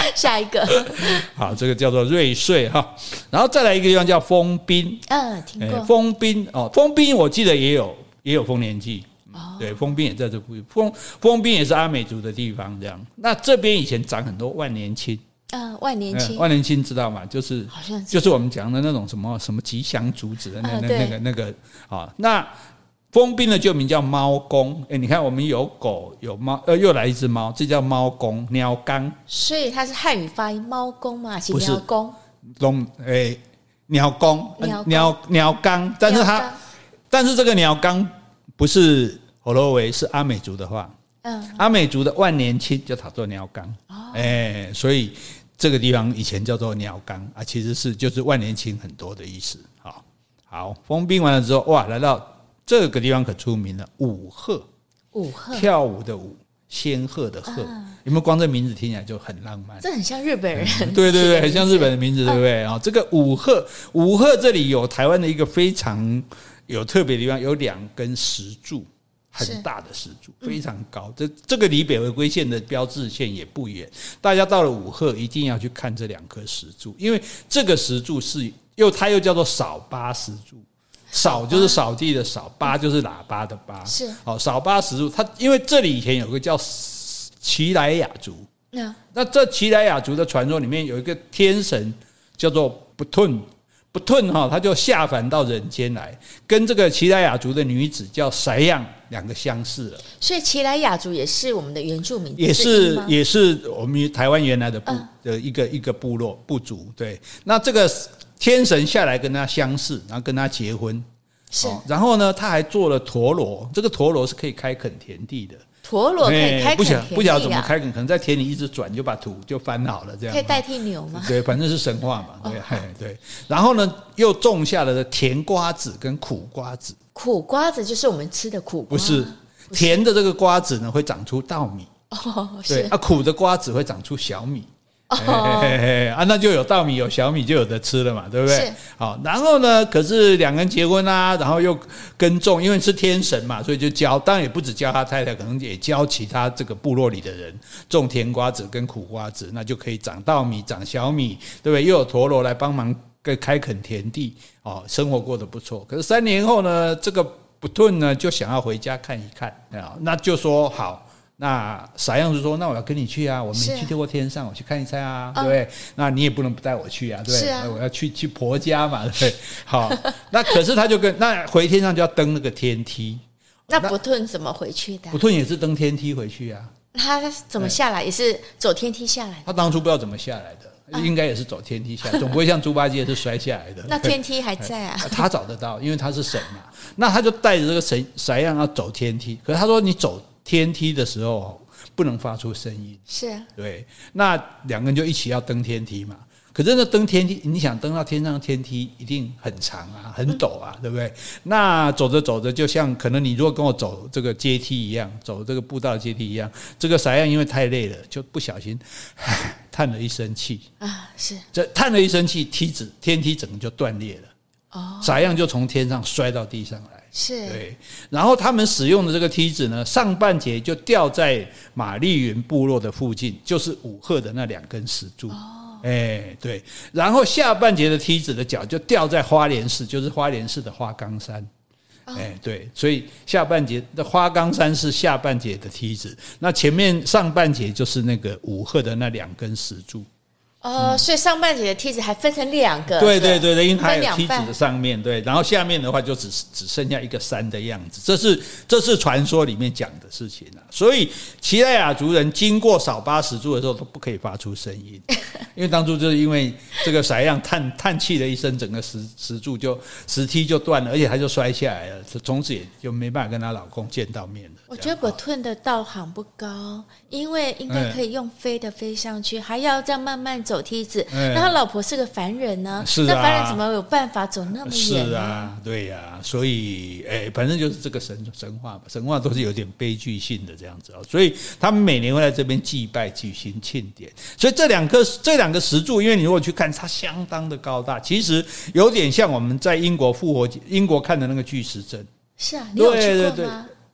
下一个， 好，这个叫做瑞穗哈。然后再来一个地方叫丰滨， 听过丰滨哦，丰滨我记得也有丰年祭。对，丰滨也在这部丰滨也是阿美族的地方，这样。那这边以前长很多万年青， 万年青， 万年青知道吗？就是好像就是我们讲的那种什么吉祥竹子的那个啊。那丰滨的旧名叫猫公，你看我们有狗有猫，又来一只猫，这叫猫公鸟缸， 所以它是汉语发音猫公嘛，是不是鸟公， 鸟公鸟缸，但是这个鸟缸不是火罗维，是阿美族的话，阿美族的万年青就叫做鸟缸，所以这个地方以前叫做鸟缸啊，其实就是万年青很多的意思。好，丰滨完了之后，哇，来到这个地方可出名了，舞鹤，跳舞的舞，仙鹤的鹤，有没有？光这名字听起来就很浪漫， 这很像日本人， 对，很像日本的名字，对不对？这个舞鹤这里有台湾的一个非常有特别的地方，有2根石柱，很大的石柱，非常高。这个离北回归线的标志线也不远，大家到了舞鹤一定要去看这2颗石柱，因为这个石柱它又叫做扫八石柱。扫就是扫地的扫，八就是喇叭的八， 是扫八石柱。它因为这里以前有个叫奇莱雅族，那这奇莱雅族的传说里面有一个天神叫做不吞，他就下凡到人间来，跟这个奇莱雅族的女子叫塞样2个相似了。 所以奇莱雅族也是我们的原住民， 也是我们台湾原来的一个部落部族。对，那这个天神下来跟他相似，然后跟他结婚，然后呢，他还做了陀螺，这个陀螺是可以开垦田地的。 陀螺可以开垦田地， 不晓得怎么开垦，可能在田里一直转就把土就翻好了，这样可以代替牛吗？ 对，反正是神话嘛。对。然后呢，又种下了甜瓜子跟苦瓜子。苦瓜子就是我们吃的苦瓜， 不是甜的这个瓜子呢会长出稻米，对苦的瓜子会长出小米。那就有稻米有小米就有得吃了嘛，对不对？好，然后呢，可是2个人结婚啊，然后又耕种，因为是天神嘛，所以就教，当然也不止教他太太，可能也教其他这个部落里的人种甜瓜子跟苦瓜子，那就可以长稻米长小米，对不对？又有陀螺来帮忙开垦田地，生活过得不错。可是3年后呢，这个不吞呢就想要回家看一看，那就说好。那傻样就说：“那我要跟你去啊，我们去跳过天上，我去看一下啊，对不对？那你也不能不带我去啊，对不对？我要去婆家嘛，对不对？好，那可是他就那回天上就要登那个天梯。 那不吞怎么回去的？ 不吞也是登天梯回去啊。 他怎么下来？也是走天梯下来的。 他当初不知道怎么下来的，应该也是走天梯下来，总不会像猪八戒是摔下来的。 那天梯还在啊？ 他找得到，因为他是神嘛。那他就带着这个傻样要走天梯，可是他说你走天梯的时候不能发出声音， 是对。那2个人就一起要登天梯嘛。可是那登天梯，你想登到天上的天梯一定很长啊，很陡啊，对不对？那走着走着，就像可能你如果跟我走这个阶梯一样，走这个步道阶梯一样，这个傻样因为太累了，就不小心叹了一声气啊，是这叹了一声气，天梯整个就断裂了。傻样就从天上摔到地上来。 是对，然后他们使用的这个梯子呢，上半截就掉在马丽云部落的附近，就是五鹤的那2根石柱。对，然后下半截的梯子的脚就掉在花莲市，就是花莲市的花岗山。对，所以下半截的花岗山是下半截的梯子，那前面上半截就是那个五鹤的那2根石柱。 所以上半截的梯子还分成2个， 对，因为它有梯子的上面，对，然后下面的话就只剩下一个山的样子，这是传说里面讲的事情啊。所以奇莱雅族人经过扫8石柱的时候都不可以发出声音，因为当初就是因为这个傻样叹气了一声，整个石梯就断了，而且他就摔下来了，从此也就没办法跟她老公见到面了。 我觉得伯吞的道行不高，因为应该可以用飞的飞上去，还要这样慢慢走梯子。那他老婆是个凡人呢，那凡人怎么有办法走那么远呢？ 是啊，对呀，所以反正就是这个神话嘛，神话都是有点悲剧性的这样子。所以他们每年会在这边祭拜举行庆典。所以这两个石柱，因为你如果去看，它相当的高大，其实有点像我们在英国看的那个巨石阵。 是啊，你有去过吗？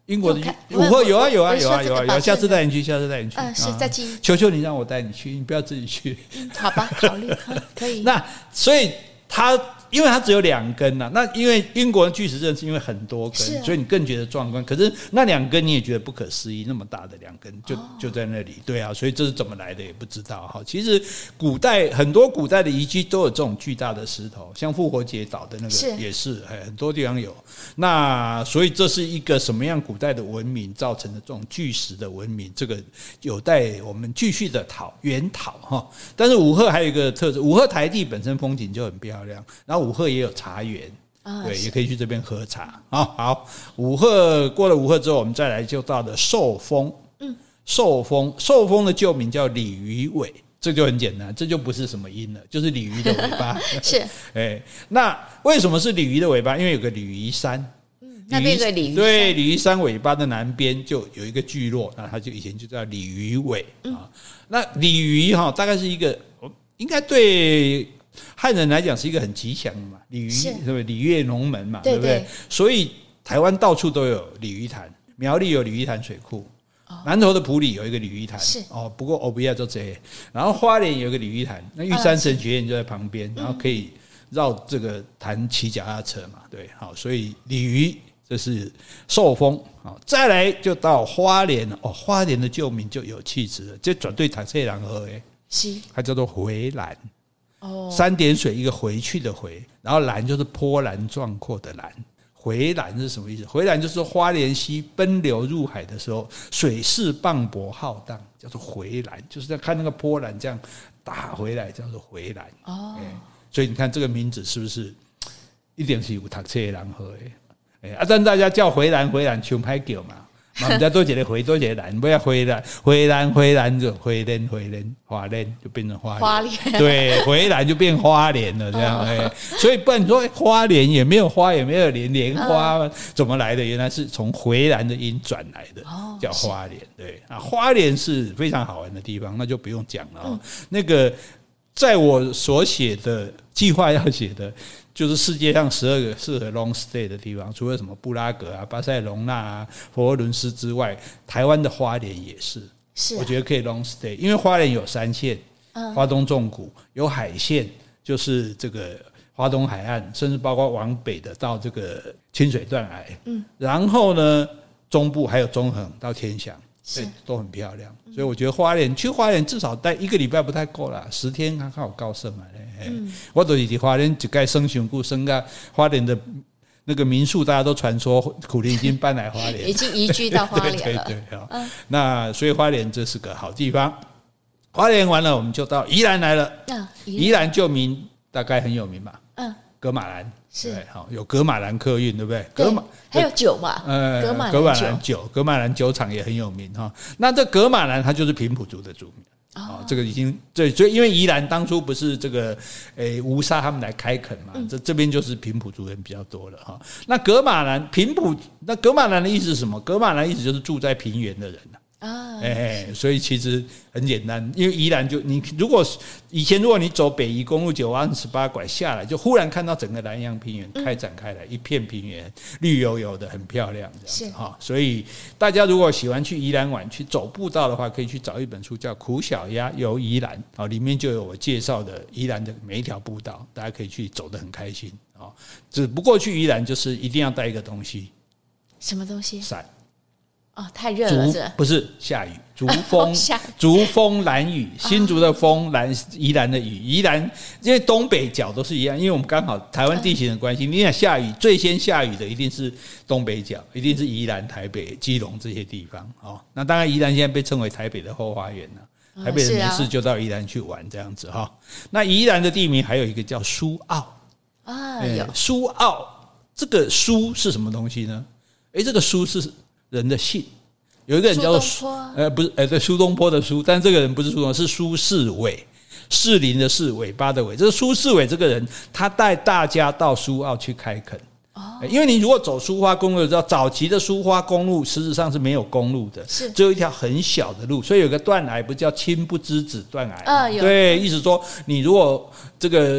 英国的武赫有啊，下次带你去， 是在记忆， 求求你让我带你去，你不要自己去。 好吧，考虑可以。 那所以因为它只有2根啊，那因为英国的巨石阵是因为很多根，所以你更觉得壮观。可是那2根你也觉得不可思议，那么大的2根就在那里，对啊，所以这是怎么来的也不知道哈。其实很多古代的遗迹都有这种巨大的石头，像复活节岛的那个也是，很多地方有。那所以这是一个什么样古代的文明造成的这种巨石的文明，这个有待我们继续的研讨哈。但是武赫还有一个特色，武赫台地本身风景就很漂亮，然后武赫也有茶园，对，也可以去这边喝茶。好，过了武赫之后，我们再来就到了寿丰。寿丰的旧名叫鲤鱼尾，这就很简单，这就不是什么音了，就是鲤鱼的尾巴。 是， 那为什么是鲤鱼的尾巴？因为有个鲤鱼山。 那边有个鲤鱼山， 对，鲤鱼山尾巴的南边就有一个聚落，那它就以前就叫鲤鱼尾啊。那鲤鱼大概是一个，应该对汉人来讲是一个很吉祥的嘛，鲤鱼对不对？鲤跃龙门嘛，对不对？所以台湾到处都有鲤鱼潭，苗栗有鲤鱼潭水库，南投的埔里有一个鲤鱼潭，不过不要做这些。然后花莲有一个鲤鱼潭，那玉山神学院就在旁边，然后可以绕这个潭骑脚踏车嘛，对，好，所以鲤鱼这是寿丰。再来就到花莲花莲的旧名就有气质了，这绝对读册人好的，它叫做回兰。3点水一个回去的回，然后兰就是波澜壮阔的兰。回兰是什么意思？回兰就是说花莲溪奔流入海的时候，水势磅礴浩荡，叫做回兰，就是在看那个波澜这样打回来，叫做回兰。所以你看这个名字是不是一定是有读册的人好的？但大家叫回兰像歹叫嘛，不知道多一个回多一个兰，不要回兰就回莲花莲就变成花莲，对，回兰就变花莲了这样。所以不然你说花莲也没有花也没有莲花怎么来的？原来是从回兰的音转来的，叫花莲。对啊，花莲是非常好玩的地方，那就不用讲了。那个在我所写的计划要写的，就是世界上12个适合 long stay 的地方，除了什么布拉格啊、巴塞隆纳啊、佛罗伦斯之外，台湾的花莲也是，我觉得可以 long stay， 因为花莲有山线，花东纵谷，有海线，就是这个花东海岸，甚至包括往北的到这个清水断崖，然后呢，中部还有中横到天祥。都很漂亮，所以我觉得去花莲至少待1个礼拜不太够啦，10天刚好高升嘛。我就是在花莲一概生上久，生到花莲的那个民宿，大家都传说苦苓已经搬来花莲， 已经移居到花莲了。 对，那所以花莲这是个好地方。花莲完了，我们就到宜兰来了。宜兰旧名大概很有名嘛，噶玛兰。是，有噶玛兰客运，对不对？ 还有酒嘛，噶玛兰酒厂也很有名哈。那这噶玛兰它就是平埔族的族名，这个已经对，所以因为宜兰当初不是这个吴沙他们来开垦嘛，这边就是平埔族人比较多了哈。那噶玛兰噶玛兰的意思是什么？噶玛兰意思就是住在平原的人所以其实很简单，因为宜兰你以前如果你走北宜公路9弯18拐下来，就忽然看到整个南洋平原开展开来，一片平原绿油油的，很漂亮这样子哈。所以大家如果喜欢去宜兰玩，去走步道的话，可以去找一本书叫《苦小鸭游宜兰》里面就有我介绍的宜兰的每一条步道，大家可以去走得很开心只不过去宜兰就是一定要带一个东西， 什么东西？ 伞。 太热了， 不是下雨，竹风兰雨，新竹的风，宜兰的雨，宜兰因为东北角都是一样，因为我们刚好台湾地形的关系，你想下雨最先下雨的一定是东北角，一定是宜兰、台北、基隆这些地方那当然宜兰现在被称为台北的后花园了，台北的民事就到宜兰去玩这样子那宜兰的地名还有一个叫苏澳苏澳，这个苏是什么东西呢？这个苏是人的姓，有一个人叫做不是对，苏东坡的苏，但这个人不是苏东坡，是苏轼伟，士林的士，尾巴的尾。这个苏轼伟这个人，他带大家到苏澳去开垦。因为你如果走苏花公路，知道早期的苏花公路实质上是没有公路的，只有一条很小的路，所以有个断崖不叫亲不知子断崖对，意思说你如果这个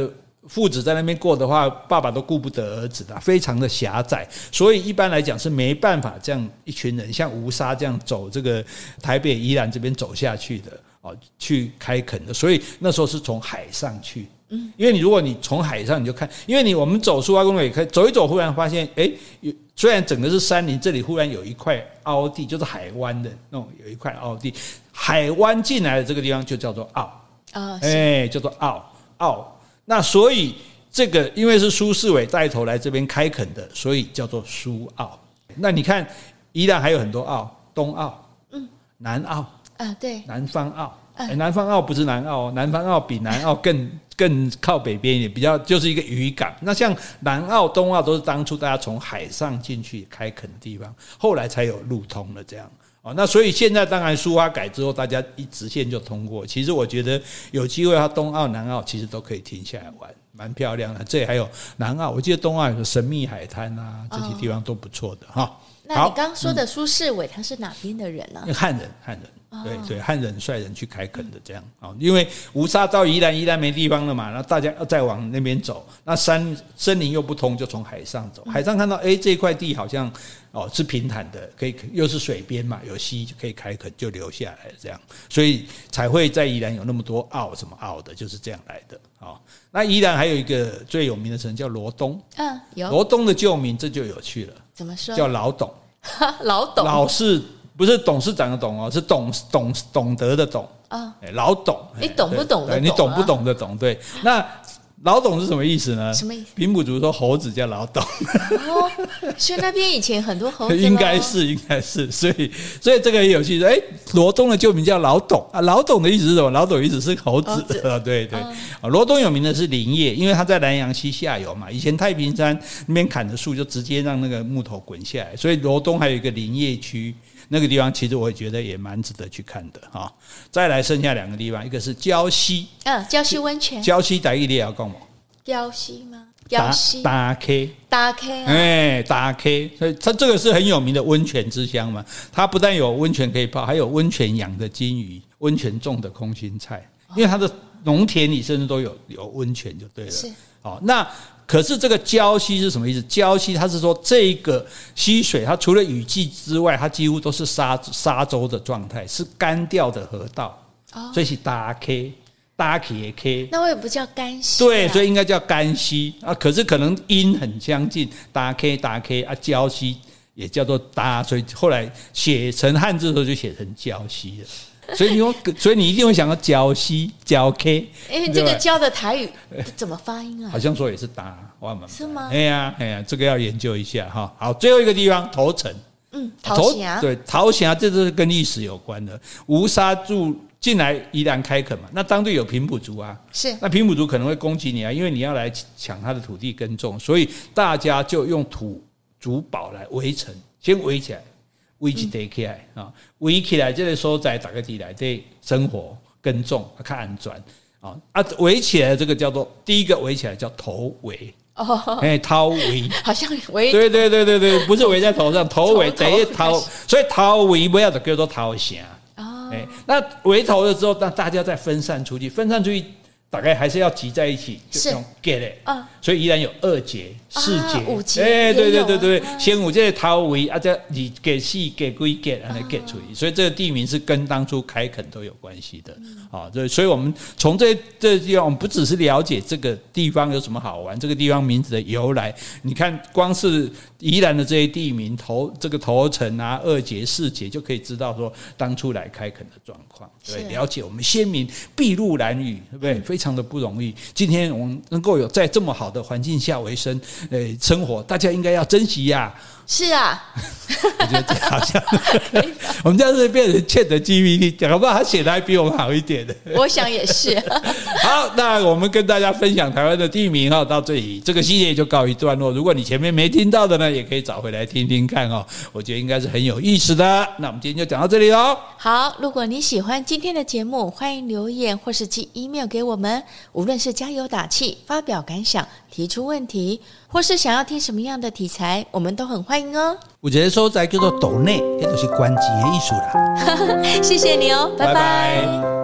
父子在那边过的话，爸爸都顾不得儿子的，非常的狭窄，所以一般来讲是没办法这样一群人像吴沙这样走这个台北宜兰这边走下去的去开垦的，所以那时候是从海上去。因为如果你从海上你就看，因为我们走苏花公路也可以走一走，忽然发现虽然整个是山林，这里忽然有一块凹地，就是海湾的那种，有一块凹地，海湾进来的这个地方就叫做澳叫做澳。那所以这个因为是苏士纬带头来这边开垦的，所以叫做苏澳。那你看宜兰还有很多澳，东澳、南澳对， 南方澳。南方澳不是南澳，南方澳比南澳更靠北边一点，比较就是一个渔港。那像南澳、东澳都是当初大家从海上进去开垦的地方，后来才有路通了这样。那所以现在当然苏花改之后，大家一直线就通过。其实我觉得有机会，它东澳、南澳其实都可以停下来玩，蛮漂亮的。这里还有南澳，我记得东澳有个神秘海滩啊，这些地方都不错的哈。 那你刚刚说的苏士纬，他是哪边的人呢？ 汉人。对，汉人率人去开垦的这样。因为吴沙到宜兰没地方了嘛，那大家要再往那边走，那森林又不通，就从海上走。海上看到这块地好像是平坦的，可以又是水边嘛，有溪就可以开垦，就留下来这样，所以才会在宜兰有那么多澳，什么澳的，就是这样来的。那宜兰还有一个最有名的城叫罗东， 有罗东的旧名，这就有趣了， 怎么说？ 叫老董。 老董， 老是不是董事长的董是懂得的懂老董， 你懂不懂的懂？ 你懂不懂的懂？对，那老董是什么意思呢？ 什么意思？ 平埔族说猴子叫老董， 所以那边以前很多猴子， 应该是，所以这个也有趣。罗东的旧名叫老董老董的意思是什么？老董的意思是猴子对。罗东有名的是林业，因为它在南洋溪下游嘛，以前太平山那边砍的树就直接让那个木头滚下来，所以罗东还有一个林业区。那个地方其实我也觉得也蛮值得去看的再来剩下2个地方，一个是礁溪， 礁溪温泉。 礁溪台语你也要讲吗？ 礁溪吗？礁溪大 K 大 K 大 K， 所以它这个是很有名的温泉之乡嘛。它不但有温泉可以泡，还有温泉养的金鱼，温泉种的空心菜，因为它的农田里甚至都有温泉就对了。是那可是这个礁溪是什么意思？礁溪它是说这个溪水它除了雨季之外，它几乎都是沙洲的状态，是干掉的河道，所以是大 K 大 K 也 K， 那为什么不叫干溪？ 对，所以应该叫干溪可是可能音很相近，大 K 礁溪也叫做大，所以后来写成汉字的时候就写成礁溪了。所以你一定会想到礁溪礁 K， 因为这个礁的台语怎么发音啊？ 好像说也是大， 是吗？ 哎呀，这个要研究一下哈。好，最后一个地方头城， 头城对，头城这是跟历史有关的。吴沙进来宜兰开垦嘛，那当地有平埔族是那平埔族可能会攻击你因为你要来抢他的土地耕种，所以大家就用竹堡来围城，先围起来。围一地起来围起来这个所在大家在内底生活耕种较安全围起来这个叫做第一个围起来叫头围头围好像围对，不是围在头上，头围等于头，所以头围不要就叫做头城那围头了之后，那大家再分散出去大概还是要集在一起，就用 get it 所以依然有2节、4节、 5节， 对，先有这个头围再2节、4节、几节来 get 出去，所以这个地名是跟当初开垦都有关系的对，所以我们从这地方，我们不只是了解这个地方有什么好玩，这个地方名字的由来，你看光是宜兰的这些地名，这个头城2节、4节就可以知道说当初来开垦的状况，对，了解我们先民筚路蓝屿，对不对？非常的不容易。今天我们能够有在这么好的环境下为生，生活，大家应该要珍惜呀。 是啊， 我觉得这好像我们这样子变成ChatGPT，搞不好他写的还比我们好一点的。 我想也是。 好，那我们跟大家分享台湾的地名到这里，这个系列就告一段落。如果你前面没听到的呢，也可以找回来听听看我觉得应该是很有意思的。那我们今天就讲到这里咯。 好，如果你喜欢今天的节目，欢迎留言或是寄 email 给我们，无论是加油打气、发表感想、提出问题，或是想要听什么样的题材，我们都很欢迎哦。 有一个所在叫做斗内，那就是关机的艺术啦。 谢谢你哦，拜拜。